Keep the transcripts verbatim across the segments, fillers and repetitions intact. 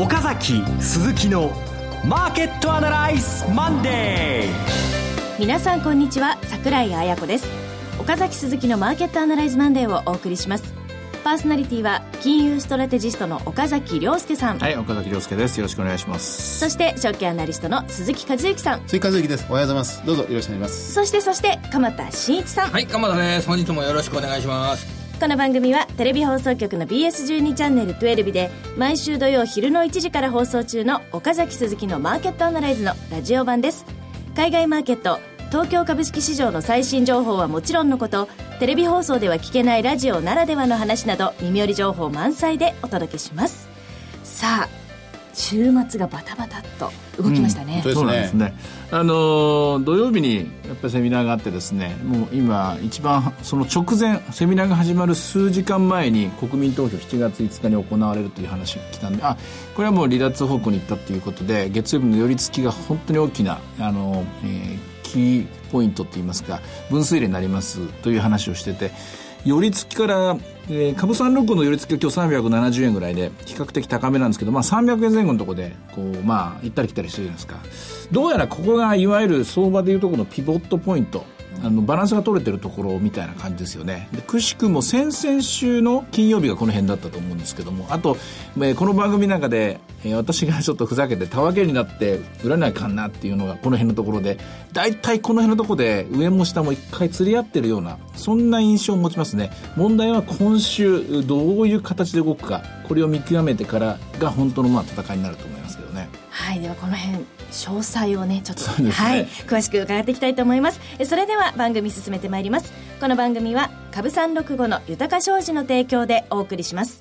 岡崎鈴木のマーケットアナライズマンデー。 皆さんこんにちは、桜井彩子です。岡崎鈴木のマーケットアナライズマンデーをお送りします。パーソナリティは金融ストラテジストの岡崎亮介さん。 はい、岡崎亮介です。よろしくお願いします。 そして証券アナリストの鈴木和之さん。 鈴木和之です。おはようございます。どうぞよろしくお願いします。 そしてそして鎌田新一さん。 はい、鎌田です。本日もよろしくお願いします。 この番組はテレビ放送局の ビーエスじゅうに チャンネルじゅうにで毎週土曜昼のいちじから放送中の岡崎鈴木のマーケットアナライズのラジオ版です。海外マーケット、東京株式市場の最新情報はもちろんのこと、テレビ放送では聞けないラジオならではの話など耳寄り情報満載でお届けします。さあ、週末がバタバタっと動きましたね。 うん、そうなんですね。あのー、土曜日にやっぱりセミナーがあってですね、もう今一番その直前、セミナーが始まる数時間前に国民投票しちがついつかに行われるという話が来たんで、あ、これはもう離脱方向に行ったということで、月曜日の寄り付きが本当に大きなあの、えー、キーポイントといいますか分水嶺になりますという話をしてて、寄り付きから、えー、株さんろくの寄り付きが今日さんびゃくななじゅうえんぐらいで比較的高めなんですけど、まあ、さんびゃくえんぜん後のところでこう、まあ、行ったり来たりしてるじゃないですか。どうやらここがいわゆる相場でいうところのピボットポイント、あのバランスが取れてるところみたいな感じですよね。でくしくも先々週の金曜日がこの辺だったと思うんですけども、あと、えー、この番組の中で、えー、私がちょっとふざけてたわけになって売らないかんなっていうのがこの辺のところで、だいたいこの辺のところで上も下も一回釣り合ってるような、そんな印象を持ちますね。問題は今週どういう形で動くか、これを見極めてからが本当のまあ戦いになると思いますけどね。 はい、ではこの辺詳細をねちょっと、 ね、 はい、詳しく伺っていきたいと思います。それでは番組進めてまいります。この番組は株さんろくごの豊か商事の提供でお送りします。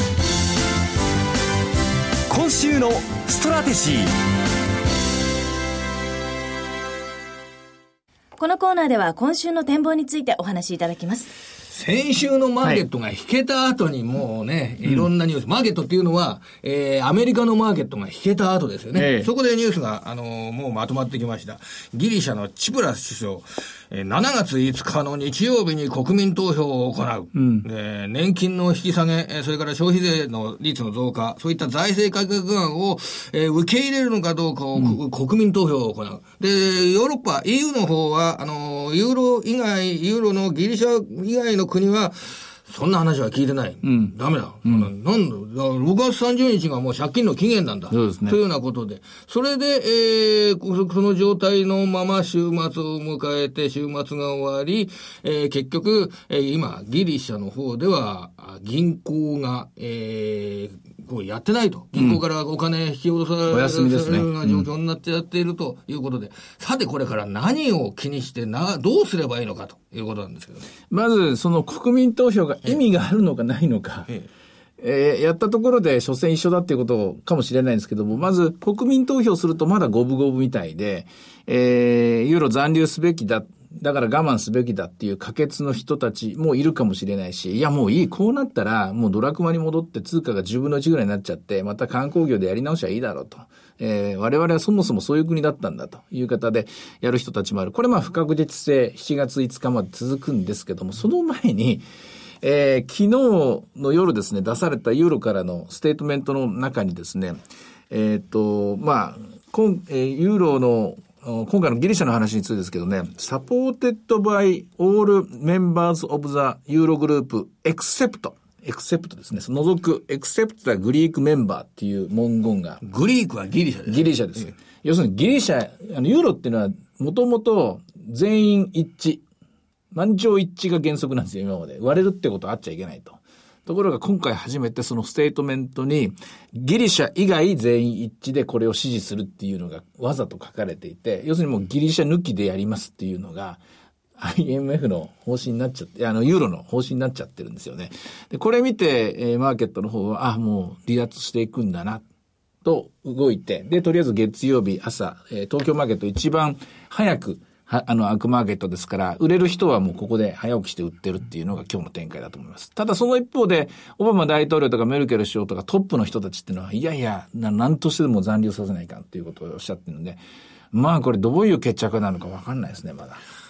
今週のストラテジー。 このコーナーでは今週の展望についてお話しいただきます。 先週のマーケットが引けた後にもうね、はい、いろんなニュース、うん、マーケットっていうのは、えー、アメリカのマーケットが引けた後ですよね。えー、そこでニュースが、あのー、もうまとまってきました。ギリシャのチプラス首相、えー、しちがついつかの日曜日に国民投票を行う。うん、えー、年金の引き下げ、それから消費税の率の増加、そういった財政改革案を、えー、受け入れるのかどうかを、うん、国民投票を行う。で、ヨーロッパ、イーユー の方は、あのー、ユーロ以外、ユーロのギリシャ以外の国はそんな話は聞いてない。うん、ダメだ。うん、なんだ。ろくがつさんじゅうにちがもう借金の期限なんだ。そうですね。というようなことで。それで、えー、その状態のまま週末を迎えて、週末が終わり、えー、結局、えー、今、ギリシャの方では、銀行が、えー、こうやってないと。銀行からお金引き落とされる、 お休みですね、 ような状況になっちゃっているということで、うん、さてこれから何を気にしてな、どうすればいいのかということなんですけどね。 まず、その国民投票が意味があるのかないのか。えええー、やったところで所詮一緒だっていうことかもしれないんですけども、まず国民投票するとまだ五分五分みたいで、えー、ユーロ残留すべきだ。だから我慢すべきだっていう可決の人たちもいるかもしれないし、いやもういい、こうなったらもうドラクマに戻って通貨がじゅうぶんのいちぐらいになっちゃって、また観光業でやり直しはいいだろうと。えー、我々はそもそもそういう国だったんだという方でやる人たちもある。これまあ不確実性しちがついつかまで続くんですけども、その前に、えー、昨日の夜ですね、出されたユーロからのステートメントの中にですね、えっと、まあ、今、えー、ユーロの今回のギリシャの話についてですけどね、サポーテッドバイオールメンバーズオブザユーログループエクセプト。エクセプトですね。除く、エクセプトはグリークメンバーっていう文言が。 グリークはギリシャです。 ギリシャです。要するにギリシャ、あの、ユーロっていうのは、もともと全員一致。満場一致が原則なんですよ、今まで。割れるってことはあっちゃいけないと。ところが今回初めてそのステートメントにギリシャ以外全員一致でこれを支持するっていうのがわざと書かれていて、要するにもうギリシャ抜きでやりますっていうのが アイエムエフ の方針になっちゃって、あのユーロの方針になっちゃってるんですよね。で、これ見て、えー、マーケットの方はあもう離脱していくんだなと動いて、でとりあえず月曜日朝、えー、東京マーケット一番早くは、あの、アクマーケットですから、売れる人はもうここで早起きして売ってるっていうのが今日の展開だと思います。ただその一方で、オバマ大統領とかメルケル首相とかトップの人たちっていうのは、いやいや、何としてでも残留させないかっていうことをおっしゃってるので、まあこれどういう決着なのか分かんないですね、まだ。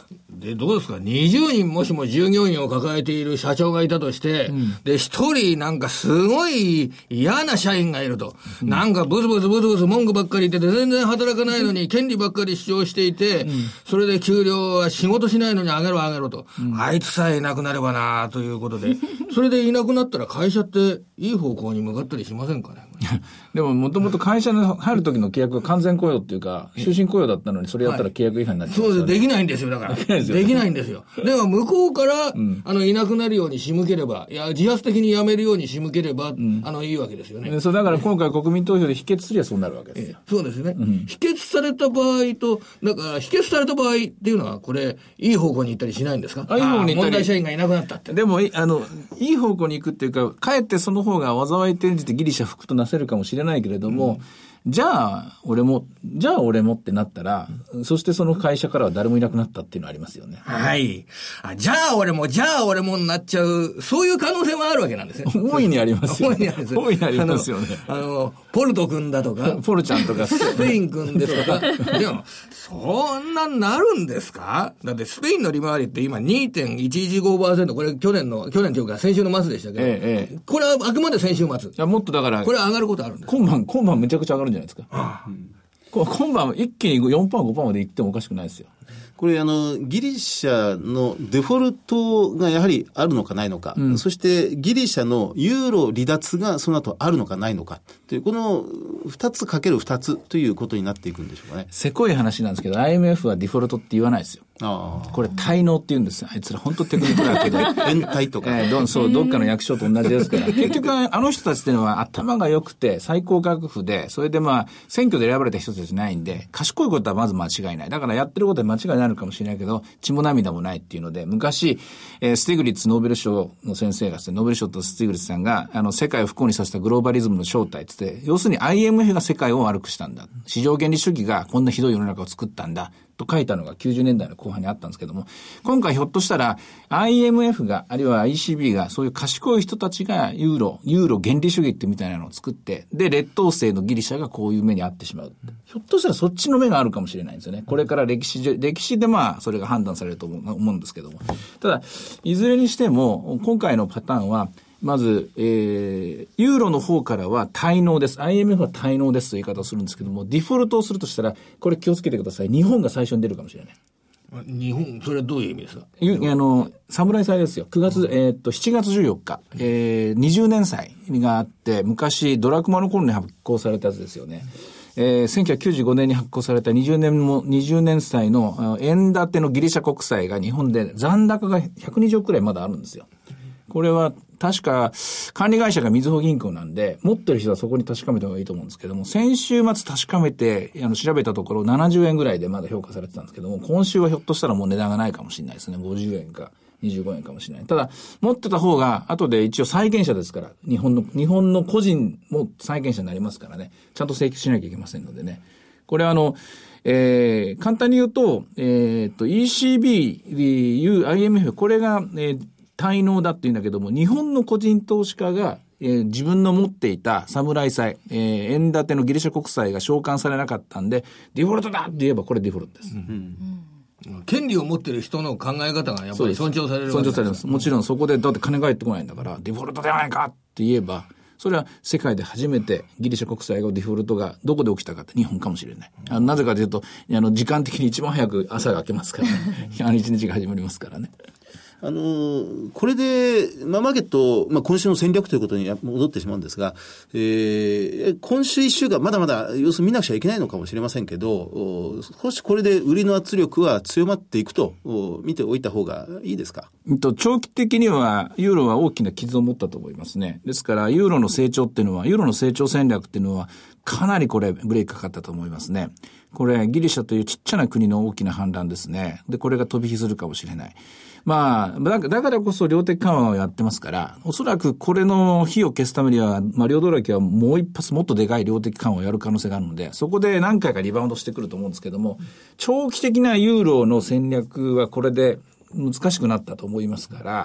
で、どうですか ?にじゅうにんもしも従業員を抱えている社長がいたとして、うん、で、一人なんかすごい嫌な社員がいると。うん、なんかブツブツブツブツ文句ばっかり言ってて全然働かないのに権利ばっかり主張していて、うん、それで給料は仕事しないのに上げろ上げろと。うん、あいつさえいなくなればなということで、それでいなくなったら会社っていい方向に向かったりしませんかねでももともと会社に入る時の契約が完全雇用っていうか、終身雇用だったのにそれやったら契約違反になっちゃう、ね。 そうです。できないんですよ、だから。できないんですよ。できないんですよ。でも向こうから、うん、あの、いなくなるように仕向ければ、いや、自発的に辞めるように仕向ければ、うん、あの、いいわけですよね。 そう、だから今回国民投票で否決すりゃそうなるわけですよ。 そうですね、うん。否決された場合と、だから、否決された場合っていうのは、これ、いい方向に行ったりしないんですか？ あ、いい方向に行ったり。 問題社員がいなくなったって。 でも、あの、いい方向に行くっていうか、かえってその方が災い転じてギリシャ服となせるかもしれないけれども、うん、じゃあ、俺も、じゃあ俺もってなったら、うん、そしてその会社からは誰もいなくなったっていうのはありますよね。 はい。あ、じゃあ俺も、じゃあ俺もになっちゃう、そういう可能性もあるわけなんですね。 大いにありますよね。 大いにあります。 大いにありますよね。 あの、あのポルト君だとか、 ポルちゃんとか、 スペイン君ですとか、でも、そんなになるんですか？だってスペインの利回りって今 にてんいちいちごパーセント、これ去年の、去年というか先週の末でしたけど、ええ、これはあくまで先週末。いや、もっとだから、 これは上がることあるんですか？ 今晩、今晩めちゃくちゃ上がるんじゃないですか。ああ、うん、今晩一気に よんパーセント、ごパーセント までいってもおかしくないですよ。 これあのギリシャのデフォルトがやはりあるのかないのか、うん、そしてギリシャのユーロ離脱がその後あるのかないのかというこのふたつかけるふたつということになっていくんでしょうかね。 せこい話なんですけど アイエムエフ はデフォルトって言わないですよ。あこれ滞納って言うんですよ。あいつら本当テクニックだけど延滞とか、 えー、どそうどっかの役所と同じですから結局あの人たちっていうのは頭が良くて最高学府でそれでまあ選挙で選ばれた人たちじゃないんで賢いことはまず間違いない。だからやってることで間違いになるかもしれないけど血も涙もないっていうので昔、えー、スティグリッツノーベル賞の先生がですねノーベル賞とスティグリッツさんがあの世界を不幸にさせたグローバリズムの正体って言って要するに アイエムエフ が世界を悪くしたんだ。市場原理主義がこんなひどい世の中を作ったんだ。と書いたのがきゅうじゅうねんだいの後半にあったんですけども、今回ひょっとしたら アイエムエフ が、あるいは アイシービー がそういう賢い人たちがユーロ、ユーロ原理主義ってみたいなのを作って、で、劣等生のギリシャがこういう目に遭ってしまう。ひょっとしたらそっちの目があるかもしれないんですよね。これから歴史上、歴史でまあ、それが判断されると思う、思うんですけども。ただ、いずれにしても、今回のパターンは、まず、えー、ユーロの方からは滞納です。アイエムエフ は滞納ですという言い方をするんですけども、デフォルトをするとしたら、これ気をつけてください。日本が最初に出るかもしれない。 日本、それはどういう意味ですか？ あの、侍祭ですよ。くがつ、えー、っと、しちがつじゅうよっか、えー、にじゅうねん祭があって、昔、ドラクマの頃に発行されたやつですよね。えー、せんきゅうひゃくきゅうじゅうごねんに発行されたにじゅうねんも、にじゅうねん祭の円建てのギリシャ国債が日本で残高がひゃくにじゅうおくくらいまだあるんですよ。これは確か管理会社がみずほ銀行なんで持ってる人はそこに確かめた方がいいと思うんですけども、先週末確かめてあの調べたところななじゅうえんぐらいでまだ評価されてたんですけども、今週はひょっとしたらもう値段がないかもしれないですね。ごじゅうえんかにじゅうごえんかもしれない。ただ持ってた方が後で一応債権者ですから、日本の日本の個人も債権者になりますからね、ちゃんと請求しなきゃいけませんのでね。これはあのえー、簡単に言うと、えー、っと イーシービー、アイエムエフ これが、えー滞納だって言うんだけども、日本の個人投資家が、えー、自分の持っていた侍債、えー、円建てのギリシャ国債が償還されなかったんで、デフォルトだって言えばこれデフォルトです。うんうん、権利を持っている人の考え方がやっぱり尊重されるわけです。 尊重されます。もちろんそこでだって金返ってこないんだから、デフォルトではないかって言えば、それは世界で初めてギリシャ国債がデフォルトがどこで起きたかって日本かもしれない。あのなぜかというと、あの時間的に一番早く朝が明けますからね。あの一日が始まりますからね。 あのこれで、まあ、マーケット、まあ、今週の戦略ということに戻ってしまうんですが、えー、今週一週間まだまだ要するに見なくちゃいけないのかもしれませんけど、少しこれで売りの圧力は強まっていくと見ておいた方がいいですか？ 長期的にはユーロは大きな傷を持ったと思いますね。ですからユーロの成長っていうのは、ユーロの成長戦略っていうのはかなりこれブレーキかかったと思いますね。これギリシャというちっちゃな国の大きな反乱ですね。でこれが飛び火するかもしれない。まあ、だからこそ量的緩和をやってますから、おそらくこれの火を消すためには、まあ、両ドルだけはもう一発もっとでかい量的緩和をやる可能性があるので、そこで何回かリバウンドしてくると思うんですけども、長期的なユーロの戦略はこれで難しくなったと思いますから、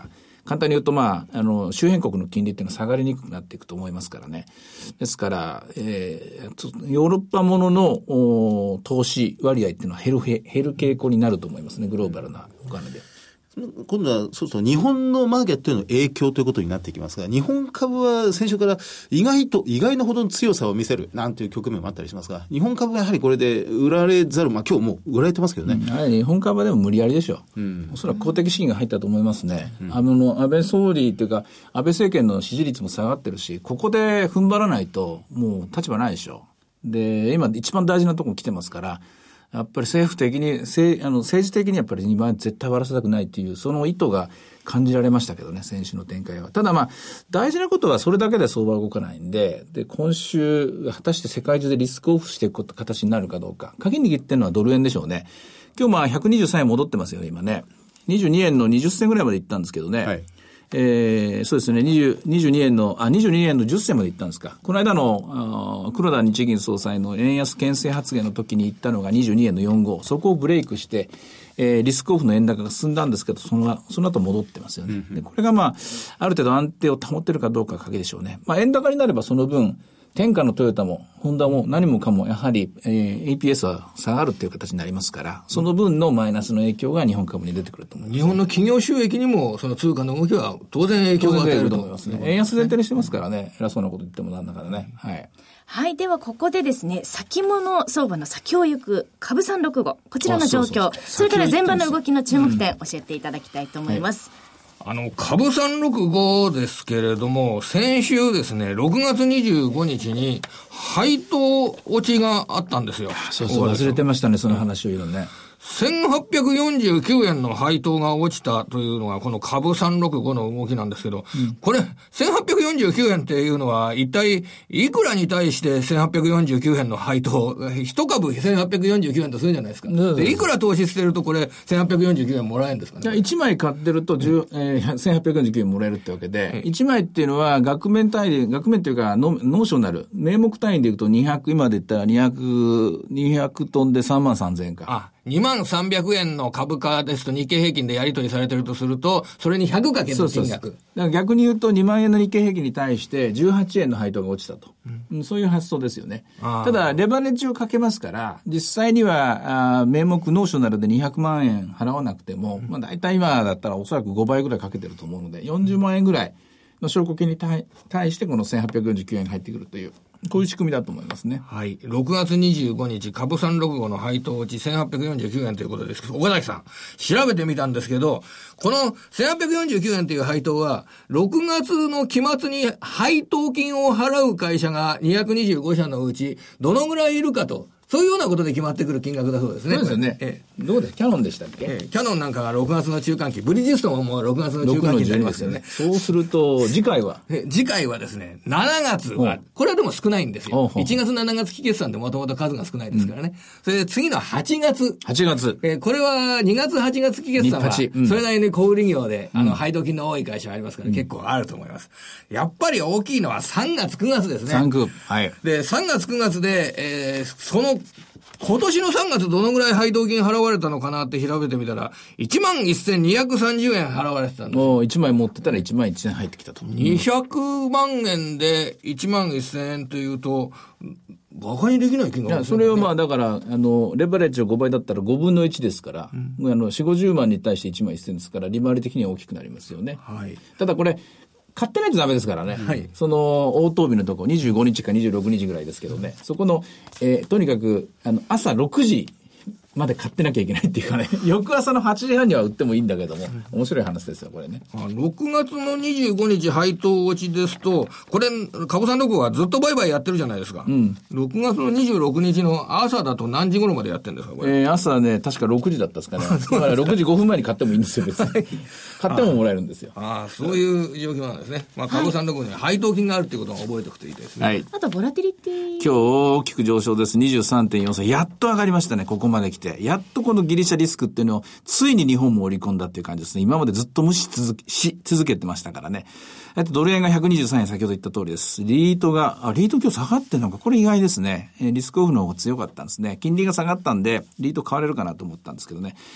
簡単に言うと、まあ、あの、周辺国の金利っていうのは下がりにくくなっていくと思いますからね。ですから、えー、ヨーロッパものの投資割合っていうのは減る、減る傾向になると思いますね、グローバルなお金で。 今度はそうすると日本のマーケットへの影響ということになってきますが、日本株は先週から意外と意外なほどの強さを見せるなんていう局面もあったりしますが、日本株がやはりこれで売られざる、まあ今日もう売られてますけどね、 うん、はい、日本株はでも無理やりでしょう、うん、おそらく公的資金が入ったと思いますね、うん、あの安倍総理というか安倍政権の支持率も下がってるし、ここで踏ん張らないともう立場ないでしょう。で今一番大事なところに来てますから、やっぱり政府的に、政、あの、政治的にやっぱりにばん絶対割らせたくないっていう、その意図が感じられましたけどね、先週の展開は。ただまあ、大事なことはそれだけで相場は動かないんで、で、今週、果たして世界中でリスクオフしていく形になるかどうか。鍵握ってるのはドル円でしょうね。今日まあ、ひゃくにじゅうさんえん戻ってますよね、今ね。にじゅうにえんのにじゅっせんぐらいまで行ったんですけどね。はい。えー、そうですね、にじゅうにえんの、あ、にじゅうにえんのじゅっ銭まで行ったんですか。この間の、あ黒田日銀総裁の円安牽制発言の時に行ったのがにじゅうにえんのよんじゅうご。そこをブレイクして、えー、リスクオフの円高が進んだんですけど、その、その後戻ってますよね。で、これがまあ、ある程度安定を保ってるかどうかが鍵でしょうね。まあ、円高になればその分、天下のトヨタも、ホンダも何もかもやはり、えー、イーピーエス は下がるっていう形になりますから、その分のマイナスの影響が日本株に出てくると思います、ね。 日本の企業収益にもその通貨の動きは当然影響が与えると思いますね。 円安前提にしてますからね、偉そうなこと言ってもなんだからね。はい。 はい。では、ここでですね、先物相場の先を行く株さんろくご、こちらの状況、そうそうそう、それから前場の動きの注目点、教えていただきたいと思います。うん、はい、 あの、株さんろくごですけれども、先週ですね、ろくがつにじゅうごにちに配当落ちがあったんですよ。 そうそう、忘れてましたね、その話を言うのね。 せんはっぴゃくよんじゅうきゅうえんの配当が落ちたというのがこの株さんろくごの動きなんですけど、うん、これせんはっぴゃくよんじゅうきゅうえんっていうのは一体いくらに対してせんはっぴゃくよんじゅうきゅうえんの配当、一株せんはっぴゃくよんじゅうきゅうえんとするじゃないですか。で、いくら投資してるとこれせんはっぴゃくよんじゅうきゅうえんもらえるんですかね。 じゃあいちまい買ってると、うん、えー、せんはっぴゃくよんじゅうきゅうえんもらえるってわけで、うん、いちまいっていうのは額面単位で、額面っていうかノーショナル、名目単位でいくとにひゃく、今で言ったらにひゃく、にひゃくトンでさんまんさんぜんえんか。 あ、にまんさんびゃくえんの株価ですと日経平均でやり取りされてるとすると、それにひゃくかける金額。そうそうそう。 だから逆に言うとにまんえんの日経平均に対してじゅうはちえんの配当が落ちたと。うん、そういう発想ですよね。ただ、レバレッジをかけますから、実際には、あ名目ノーショナルでにひゃくまんえん払わなくても、うん、まあ大体今だったらおそらくごばいぐらいかけてると思うので、よんじゅうまんえんぐらいの証拠金に対、対してこのせんはっぴゃくよんじゅうきゅうえんが入ってくるという。こういう仕組みだと思いますね。 はい。ろくがつにじゅうごにち、株さんろくごの配当落ちせんはっぴゃくよんじゅうきゅうえんということですけど、岡崎さん、調べてみたんですけど、このせんはっぴゃくよんじゅうきゅうえんという配当は、ろくがつの期末に配当金を払う会社がにひゃくにじゅうごしゃのうち、どのぐらいいるかと。そういうようなことで決まってくる金額だそうですね。 そうですよね。ええ、どうですキャノンでしたっけ、ええ、キャノンなんかがろくがつの中間期、ブリヂストンももうろくがつの中間期になりますよね。 そうすると、次回はえ次回はですね、しちがつは、これはでも少ないんですよ。いちがつ、しちがつ期決算でもともと数が少ないですからね。うん、それで次のはちがつ。 はちがつ。 えこれはにがつ、はちがつ期決算は、うん、それなりに小売業で、あの、配当金の多い会社がありますから、うん、結構あると思います。やっぱり大きいのはさんがつ、くがつですね。 さん、く。はい。 で、さんがつ、くがつで、えー、その、今年のさんがつどのぐらい配当金払われたのかなって調べてみたら、いちまんせんにひゃくさんじゅうえん払われてたんです。 もういちまい持ってたらいちまんいちえん入ってきたと。 にひゃくまんえんでいちまんせんえんというと、馬鹿にできない金額ですね。 いや、それはまあだから、あの、レバレッジをごばいだったらごぶんのいちですから、うん、あの、よんじゅう、ごじゅうまんに対していちまんせんえんですから、利回り的には大きくなりますよね。はい。ただこれ、買ってないとダメですからね。はい。その、応答日のとこ、にじゅうごにちかにじゅうろくにちぐらいですけどね。そこの、えー、とにかく、あの、朝ろくじまで買ってなきゃいけないっていうかね。翌朝のはちじはんには売ってもいいんだけども、面白い話ですよ、これね。 ろくがつのにじゅうごにち配当落ちですと、これ、株さんろくごはずっと売買やってるじゃないですか。うん。ろくがつのにじゅうろくにちの朝だと何時頃までやってるんですか、これ。 えー、朝ね、確かろくじだったですかね。だからろくじごふんまえに買ってもいいんですよ、別に。買ってももらえるんですよ。 ああ、そういう状況なんですね。まあ、株さんろくごに配当金があるっていうことを覚えておくといいですね。はい。 あと、ボラティリティ。 今日大きく上昇です。にじゅうさんてんよんさい。やっと上がりましたね、ここまで来て。やっとこのギリシャリスクっていうのをついに日本も織り込んだっていう感じですね。今までずっと無視続け、し続けてましたからね。えっと、ドル円がひゃくにじゅうさんえん、先ほど言った通りです。リートが、あ、リート今日下がってるのか、これ意外ですね。えー、リスクオフの方が強かったんですね。金利が下がったんで、リート買われるかなと思ったんですけどね。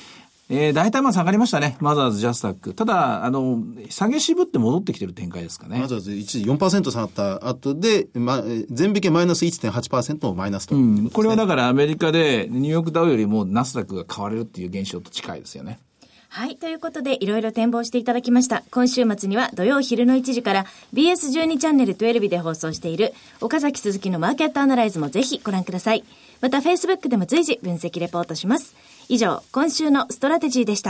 えー、大体まあ下がりましたね。マザーズ、ジャスタック。ただ、あの、下げ渋って戻ってきてる展開ですかね。 マザーズ一時 よんパーセント 下がった後で、ま、全引けマイナス いってんはちパーセント をマイナスと、 うん。これはだからアメリカでニューヨークダウよりもナスダックが買われるっていう現象と近いですよね。 はい。ということで、いろいろ展望していただきました。今週末には土曜昼のいちじから ビーエスじゅうに チャンネルじゅうにで放送している岡崎鈴木のマーケットアナライズもぜひご覧ください。また Facebook でも随時分析レポートします。以上、今週のストラテジーでした。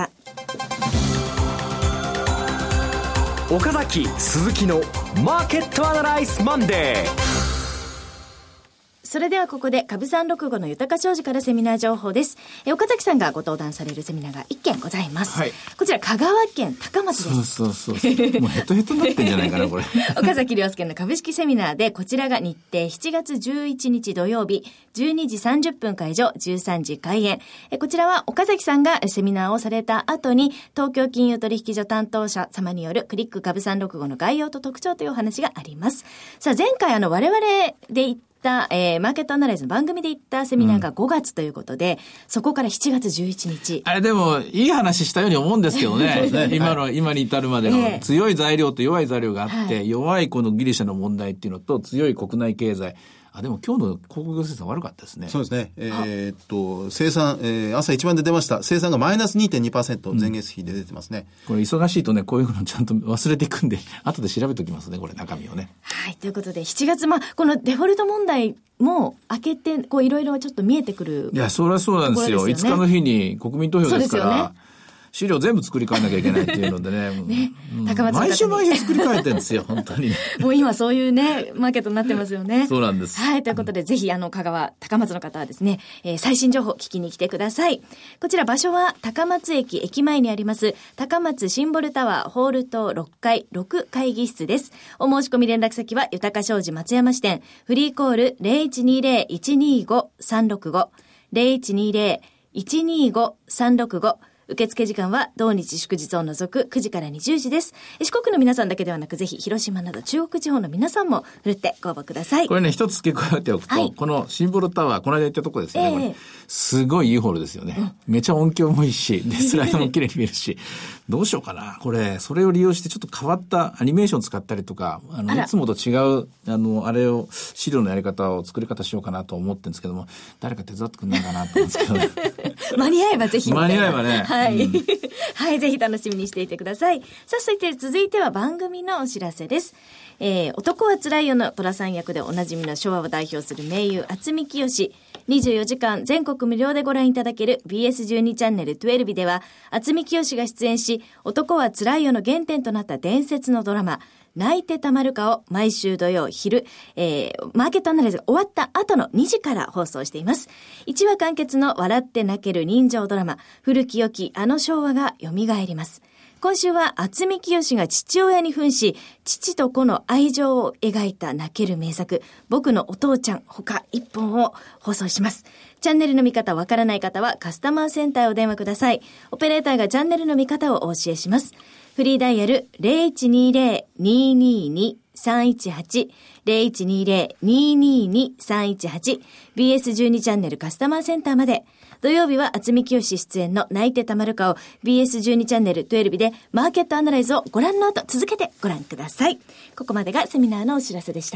岡崎鈴木のマーケットアナライズマンデー。 それではここで株さんろくごの豊か商事からセミナー情報です。え岡崎さんがご登壇されるセミナーがいっけんございます、はい、こちら香川県高松です。 そうそうそうもうヘトヘトになってんじゃないかなこれ岡崎亮介の株式セミナーで、こちらが日程しちがつじゅういちにち土曜日じゅうにじさんじゅっぷん会場、じゅうさんじ開演。えこちらは岡崎さんがセミナーをされた後に東京金融取引所担当者様によるクリック株さんろくごの概要と特徴というお話があります。さあ前回あの我々で言ったえー、マーケットアナライズの番組で行ったセミナーがごがつということで、うん、そこからしちがつじゅういちにち。 あれでもいい話したように思うんですけどね。ね今の、はい、今に至るまでの強い材料と弱い材料があって、はい、弱いこのギリシャの問題っていうのと強い国内経済。あ、でも今日の広告生産悪かったですね。 そうですね。えー、っと、生産、えー、朝一番で出ました。生産がマイナス にてんにパーセント、前月比で出てますね、 うん。これ忙しいとね、こういうのちゃんと忘れていくんで、後で調べておきますね、これ中身をね。 はい、ということで、しちがつ、まあ、このデフォルト問題も明けて、こういろいろちょっと見えてくる。 いや、そりゃそうなんですよ。いつかの日に国民投票ですから。そうですよね。資料全部作り変えなきゃいけないっていうのでね。ね、 うん、高松毎週毎週作り変えてるんですよ、本当に。 もう今そういうね、マーケットになってますよね。 そうなんです。 はい、ということで、ぜひ、あの、香川、高松の方はですね、えー、最新情報聞きに来てください。こちら場所は高松駅駅前にあります、高松シンボルタワーホール棟ろっかいろく会議室です。お申し込み連絡先は、豊か商事松山支店、フリーコール ゼロいちにゼロ いちにご さんろくご、ゼロいちにゼロ いちにご さんろくご、受付時間は同日祝日を除くくじからにじゅうじです。四国の皆さんだけではなく、ぜひ広島など中国地方の皆さんもふるってご応募ください。 これね、一つ付け加えておくと、はい、このシンボルタワー、この間行ったとこですよね、えー、これすごいいいホールですよね、うん、めちゃ音響もいいし、でスライドも綺麗に見えるしどうしようかな、これそれを利用してちょっと変わったアニメーション使ったりとか、あのいつもと違うあのあれを資料のやり方を作り方しようかなと思ってるんですけども、誰か手伝ってくんないかなと思うんですけど、ね、 間に合えばぜひ間に合えばね、 はい、 うんはい、ぜひ楽しみにしていてください。さあ、そして続いては番組のお知らせです。えー、男はつらいよの寅さん役でおなじみの昭和を代表する名優渥美清。にじゅうよじかん全国無料でご覧いただける ビーエスじゅうに チャンネルじゅうにでは、渥美清が出演し、男はつらいよの原点となった伝説のドラマ、泣いてたまるかを毎週土曜昼、えー、マーケットアナライズが終わった後のにじから放送しています。いちわ完結の笑って泣ける人情ドラマ、古き良きあの昭和が蘇ります。今週は渥美清が父親に扮し、父と子の愛情を描いた泣ける名作、僕のお父ちゃん他一本を放送します。チャンネルの見方わからない方はカスタマーセンターへお電話ください。オペレーターがチャンネルの見方をお教えします。フリーダイヤル ゼロいちにゼロ ににに さんいちはち ゼロいちにゼロ ににに さんいちはち ビーエスじゅうに チャンネルカスタマーセンターまで。土曜日は渥美清出演の泣いてたまるかを ビーエスじゅうに チャンネルじゅうにでマーケットアナライズをご覧の後続けてご覧ください。ここまでがセミナーのお知らせでした。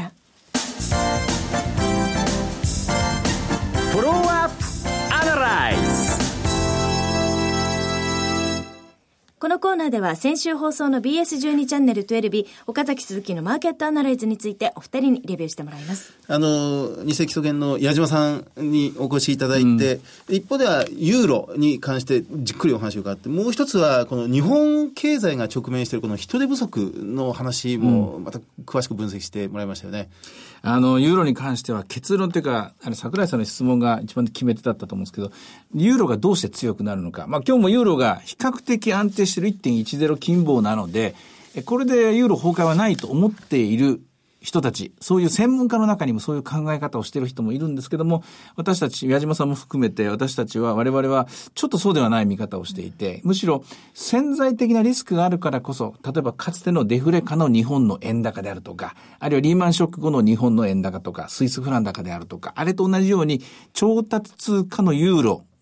フォローアップアナライズ。 このコーナーでは先週放送の ビーエスじゅうに チャンネルじゅうに岡崎鈴木のマーケットアナライズについてお二人にレビューしてもらいます。 あの二世基礎研の矢島さんにお越しいただいて、うん、一方ではユーロに関してじっくりお話を伺って、もう一つはこの日本経済が直面しているこの人手不足の話もまた詳しく分析してもらいましたよね。 あのユーロに関しては結論というか、あれ桜井さんの質問が一番決め手だったと思うんですけど、ユーロがどうして強くなるのか、まあ今日もユーロが比較的安定している いってんいちゼロ 金棒なので、これでユーロ崩壊はないと思っている人たち、そういう専門家の中にもそういう考え方をしている人もいるんですけども、私たち矢島さんも含めて私たちは我々はちょっとそうではない見方をしていて、むしろ潜在的なリスクがあるからこそ、例えばかつてのデフレ下の日本の円高であるとか、あるいはリーマンショック後の日本の円高とかスイスフラン高であるとか、あれと同じように調達通貨のユーロ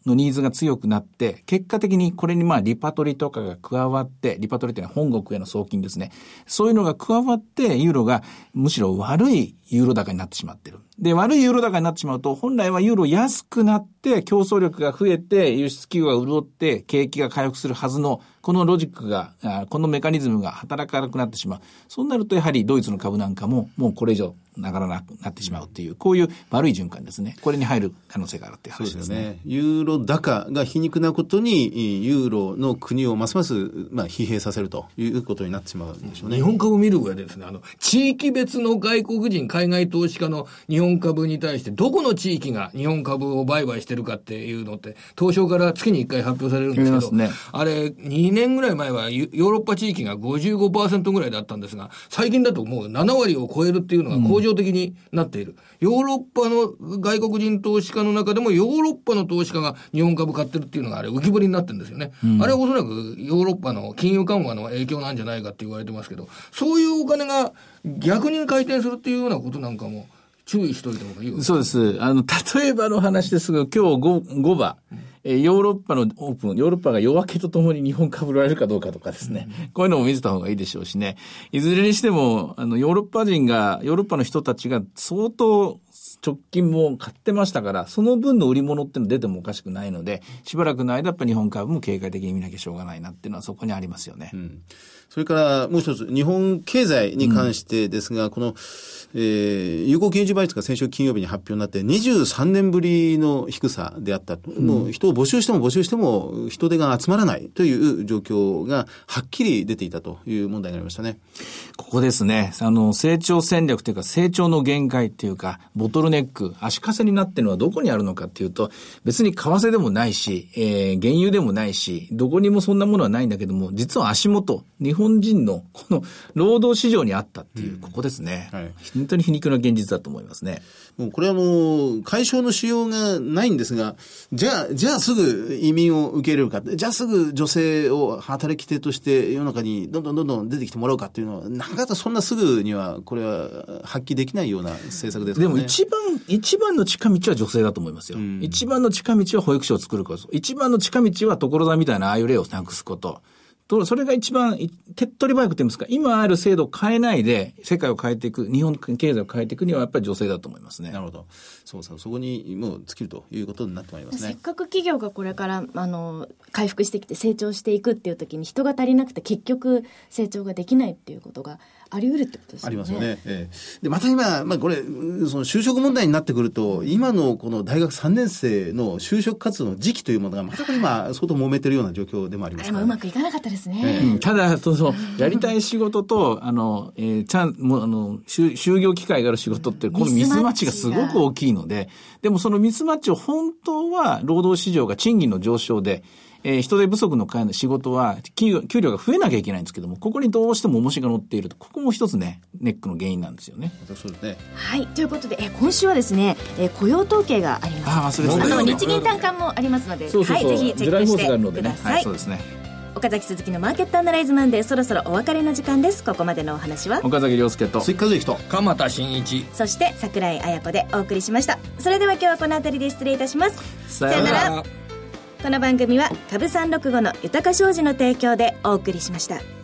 のニーズが強くなって、結果的にこれにまあリパトリとかが加わって、リパトリというのは本国への送金ですね。そういうのが加わって、ユーロがむしろ悪いユーロ高になってしまっている。で、悪いユーロ高になってしまうと、本来はユーロ安くなって、競争力が増えて、輸出企業が潤って、景気が回復するはずの、このロジックが、このメカニズムが働かなくなってしまう。そうなると、やはりドイツの株なんかも、もうこれ以上、ながらなくなってしまうっていう、こういう悪い循環ですね。これに入る可能性があるっていう話ですね。 そうですね。ユーロ高が皮肉なことに、ユーロの国をますます、まあ、疲弊させるということになってしまうんでしょうね。 日本株見る上でですね、あの、地域別の外国人、海外投資家の日本株に対して、どこの地域が日本株を売買してるかっていうのって、東証から月にいっかい発表されるんですけど、ね、あれ、にねんぐらい前はヨーロッパ地域が ごじゅうごパーセント ぐらいだったんですが、最近だともうななわりを超えるっていうのが恒常的になっている。うん、ヨーロッパの外国人投資家の中でもヨーロッパの投資家が日本株買ってるっていうのがあれ浮き彫りになってるんですよね。うん、あれはおそらくヨーロッパの金融緩和の影響なんじゃないかって言われてますけど、そういうお金が逆に回転するっていうようなことなんかも注意しといた方がいいわけです。 そうです。あの、例えばの話ですが、今日 5, 5番、うんえー、ヨーロッパのオープン、ヨーロッパが夜明けとともに日本株売られるかどうかとかですね、うん、こういうのも見せた方がいいでしょうしね。いずれにしても、あの、ヨーロッパ人が、ヨーロッパの人たちが相当直近も買ってましたから、その分の売り物っていうの出てもおかしくないので、しばらくの間やっぱ日本株も警戒的に見なきゃしょうがないなっていうのはそこにありますよね。うん、 それからもう一つ、日本経済に関してですが、うん、この、えー、有効金融倍率が先週金曜日に発表になってにじゅうさんねんぶりの低さであったと、うん、もう人を募集しても募集しても人手が集まらないという状況がはっきり出ていたという問題がありましたね。 ここですね。あの成長戦略というか成長の限界というかボトルネック、足かせになっているのはどこにあるのかっていうと、別に為替でもないし、えー、原油でもないし、どこにもそんなものはないんだけども、実は足元、日本人のこの労働市場にあったっていう、うん、ここですね。はい、本当に皮肉な現実だと思いますね。 もうこれはもう解消のしようがないんですが、じゃあじゃあすぐ移民を受け入れるか、じゃあすぐ女性を働き手として世の中にどんどんどんどん出てきてもらうかっていうのは、なかなかそんなすぐにはこれは発揮できないような政策ですからね。 でも一番一番の近道は女性だと思いますよ。うん、一番の近道は保育所を作ること、一番の近道は所沢みたいなああいう例をなくすこと。それが一番手っ取り早くと言いますか、今ある制度を変えないで世界を変えていく、日本経済を変えていくにはやっぱり女性だと思いますね。 なるほど。そうそう、そこにもう尽きるということになってまいりますね。 せっかく企業がこれからあの回復してきて成長していくっていう時に人が足りなくて結局成長ができないっていうことがあり得るってことですよね。 ありますよね。ええ、でまた今、まあ、これその就職問題になってくると、今のこの大学さんねん生の就職活動の時期というものがまた今相当揉めてるような状況でもありますから、ね、 うまくいかなかったですね。ええ、うん、ただそうそうやりたい仕事とあの、えー、ちゃんもうあの就業機会がある仕事ってこのミスマッチがすごく大きいので、でもそのミスマッチを本当は労働市場が賃金の上昇で、えー、人手不足の会の仕事は給料が増えなきゃいけないんですけども、ここにどうしても重しが乗っていると、ここも一つねネックの原因なんですよね。 そうですね。 はい、ということでえ今週はですね、え雇用統計があります。あ、 あ、 あの日銀短観もありますので、 そうそうそう、 はい、ぜひチェックしてください。 はい、そうですね。 岡崎鈴木のマーケットアナライズマンデー、そろそろお別れの時間です。ここまでのお話は岡崎亮介と鈴木和之と鎌田新一、 そして櫻井彩子でお送りしました。それでは今日はこの辺りで失礼いたします。 さようなら。 この番組は株さんろくごの豊か商事の提供でお送りしました。